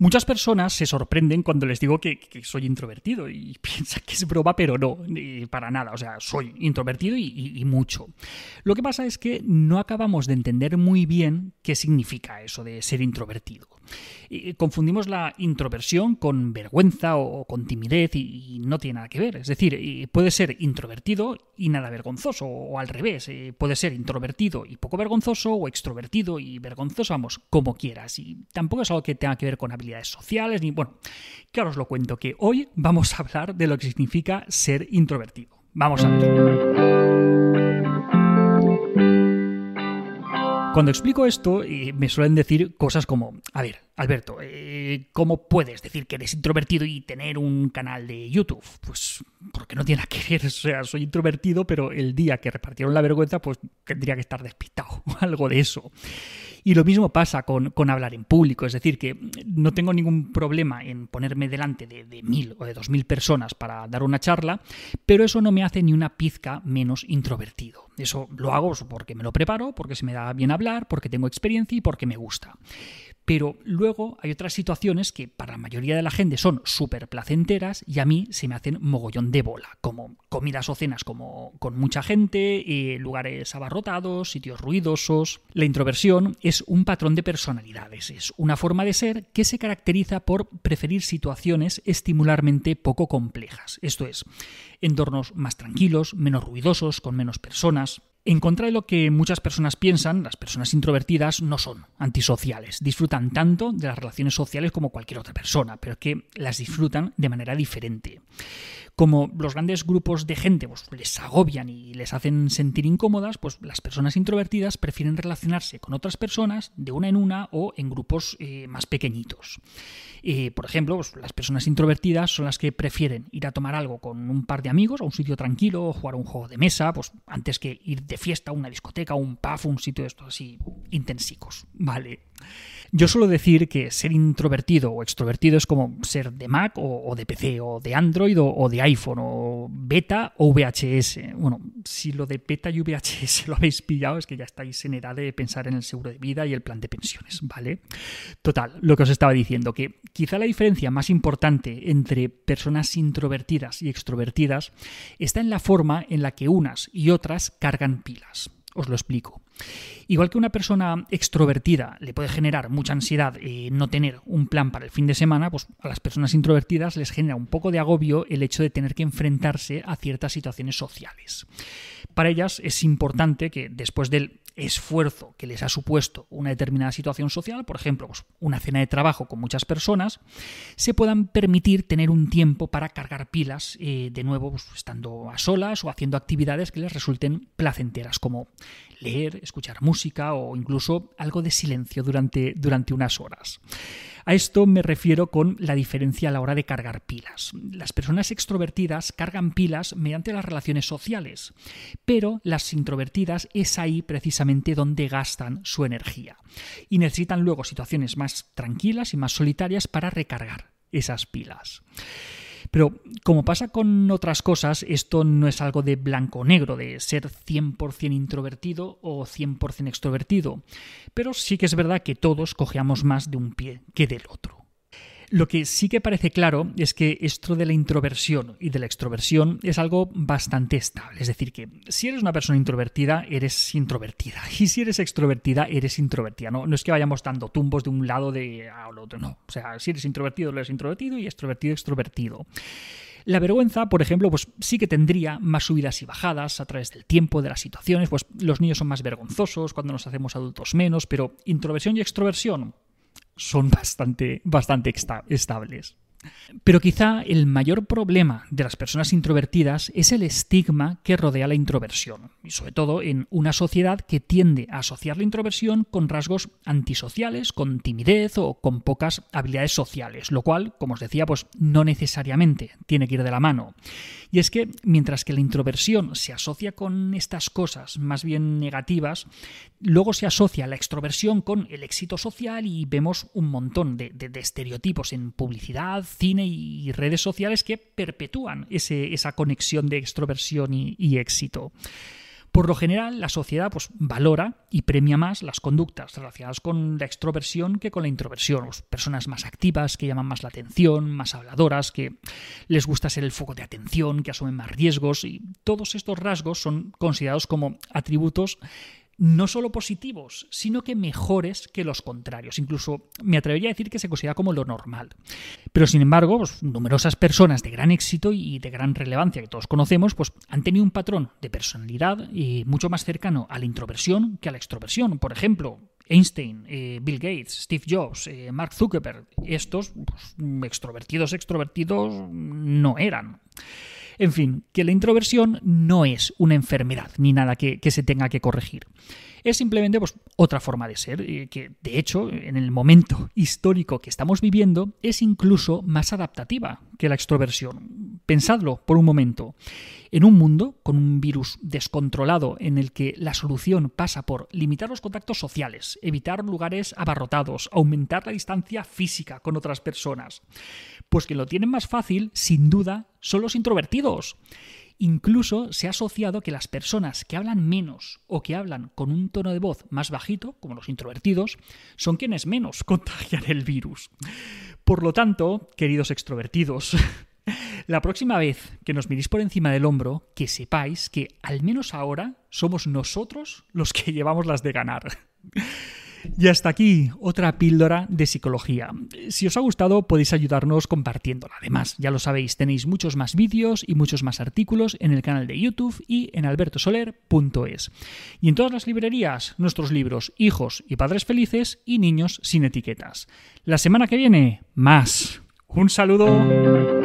Muchas personas se sorprenden cuando les digo que soy introvertido y piensan que es broma, pero no, para nada. O sea, soy introvertido y mucho. Lo que pasa es que no acabamos de entender muy bien qué significa eso de ser introvertido. Confundimos la introversión con vergüenza o con timidez y no tiene nada que ver. Es decir, puede ser introvertido y nada vergonzoso, o al revés. Puede ser introvertido y poco vergonzoso, o extrovertido y vergonzoso, vamos, como quieras. Y tampoco es algo que tenga que ver con habilidades sociales, ni bueno, que ahora os lo cuento, que hoy vamos a hablar de lo que significa ser introvertido. Vamos a ver. Cuando explico esto, me suelen decir cosas como, a ver, Alberto, ¿cómo puedes decir que eres introvertido y tener un canal de YouTube? Pues porque no tiene nada que ver, o sea, soy introvertido, pero el día que repartieron la vergüenza, pues tendría que estar despistado, algo de eso. Y lo mismo pasa con hablar en público, es decir, que no tengo ningún problema en ponerme delante de 1.000 o de 2.000 personas para dar una charla, pero eso no me hace ni una pizca menos introvertido. Eso lo hago porque me lo preparo, porque se me da bien hablar, porque tengo experiencia y porque me gusta. Pero luego hay otras situaciones que para la mayoría de la gente son súper placenteras y a mí se me hacen mogollón de bola, como comidas o cenas con mucha gente, lugares abarrotados, sitios ruidosos. La introversión es un patrón de personalidades, es una forma de ser que se caracteriza por preferir situaciones estimularmente poco complejas, esto es, entornos más tranquilos, menos ruidosos, con menos personas. En contra de lo que muchas personas piensan, las personas introvertidas no son antisociales. Disfrutan tanto de las relaciones sociales como cualquier otra persona, pero es que las disfrutan de manera diferente. Como los grandes grupos de gente pues, les agobian y les hacen sentir incómodas, pues las personas introvertidas prefieren relacionarse con otras personas de una en una o en grupos más pequeñitos. Por ejemplo, pues, las personas introvertidas son las que prefieren ir a tomar algo con un par de amigos a un sitio tranquilo o jugar un juego de mesa, pues antes que ir de fiesta a una discoteca, un pub, un sitio de estos así intensicos, ¿vale? Yo suelo decir que ser introvertido o extrovertido es como ser de Mac o de PC o de Android o de iPhone o beta o VHS. Bueno, si lo de beta y VHS lo habéis pillado es que ya estáis en edad de pensar en el seguro de vida y el plan de pensiones, ¿vale? Total, lo que os estaba diciendo, que quizá la diferencia más importante entre personas introvertidas y extrovertidas está en la forma en la que unas y otras cargan pilas. Os lo explico. Igual que una persona extrovertida le puede generar mucha ansiedad no tener un plan para el fin de semana, pues a las personas introvertidas les genera un poco de agobio el hecho de tener que enfrentarse a ciertas situaciones sociales. Para ellas es importante que después del esfuerzo que les ha supuesto una determinada situación social, por ejemplo, pues una cena de trabajo con muchas personas, se puedan permitir tener un tiempo para cargar pilas, de nuevo pues, estando a solas o haciendo actividades que les resulten placenteras, como leer, escuchar música o incluso algo de silencio durante unas horas. A esto me refiero con la diferencia a la hora de cargar pilas. Las personas extrovertidas cargan pilas mediante las relaciones sociales, pero las introvertidas es ahí precisamente donde gastan su energía y necesitan luego situaciones más tranquilas y más solitarias para recargar esas pilas. Pero como pasa con otras cosas, esto no es algo de blanco o negro, de ser 100% introvertido o 100% extrovertido, pero sí que es verdad que todos cojeamos más de un pie que del otro. Lo que sí que parece claro es que esto de la introversión y de la extroversión es algo bastante estable. Es decir, que si eres una persona introvertida, eres introvertida. Y si eres extrovertida, eres introvertida. No es que vayamos dando tumbos de un lado al otro, no. O sea, si eres introvertido, eres introvertido y extrovertido, extrovertido. La vergüenza, por ejemplo, pues sí que tendría más subidas y bajadas a través del tiempo, de las situaciones. Pues los niños son más vergonzosos, cuando nos hacemos adultos menos, pero introversión y extroversión son bastante estables. Pero quizá el mayor problema de las personas introvertidas es el estigma que rodea la introversión, y sobre todo en una sociedad que tiende a asociar la introversión con rasgos antisociales, con timidez o con pocas habilidades sociales, lo cual, como os decía, pues no necesariamente tiene que ir de la mano. Y es que mientras que la introversión se asocia con estas cosas más bien negativas, luego se asocia la extroversión con el éxito social y vemos un montón de estereotipos en publicidad, cine y redes sociales que perpetúan esa conexión de extroversión y éxito. Por lo general, la sociedad valora y premia más las conductas relacionadas con la extroversión que con la introversión. Personas más activas, que llaman más la atención, más habladoras, que les gusta ser el foco de atención, que asumen más riesgos, y todos estos rasgos son considerados como atributos no solo positivos, sino que mejores que los contrarios. Incluso me atrevería a decir que se considera como lo normal. Pero sin embargo, numerosas personas de gran éxito y de gran relevancia que todos conocemos, han tenido un patrón de personalidad mucho más cercano a la introversión que a la extroversión. Por ejemplo, Einstein, Bill Gates, Steve Jobs, Mark Zuckerberg. Estos extrovertidos no eran. En fin, que la introversión no es una enfermedad ni nada que se tenga que corregir. Es simplemente otra forma de ser, que de hecho, en el momento histórico que estamos viviendo, es incluso más adaptativa que la extroversión. Pensadlo por un momento. En un mundo con un virus descontrolado en el que la solución pasa por limitar los contactos sociales, evitar lugares abarrotados, aumentar la distancia física con otras personas, pues que lo tienen más fácil, sin duda, son los introvertidos. Incluso se ha asociado que las personas que hablan menos o que hablan con un tono de voz más bajito, como los introvertidos, son quienes menos contagian el virus. Por lo tanto, queridos extrovertidos, la próxima vez que nos miréis por encima del hombro, que sepáis que al menos ahora somos nosotros los que llevamos las de ganar. Y hasta aquí otra píldora de psicología. Si os ha gustado podéis ayudarnos compartiéndola. Además, ya lo sabéis, tenéis muchos más vídeos y muchos más artículos en el canal de YouTube y en albertosoler.es. Y en todas las librerías, nuestros libros Hijos y Padres Felices y Niños sin Etiquetas. La semana que viene, más. Un saludo.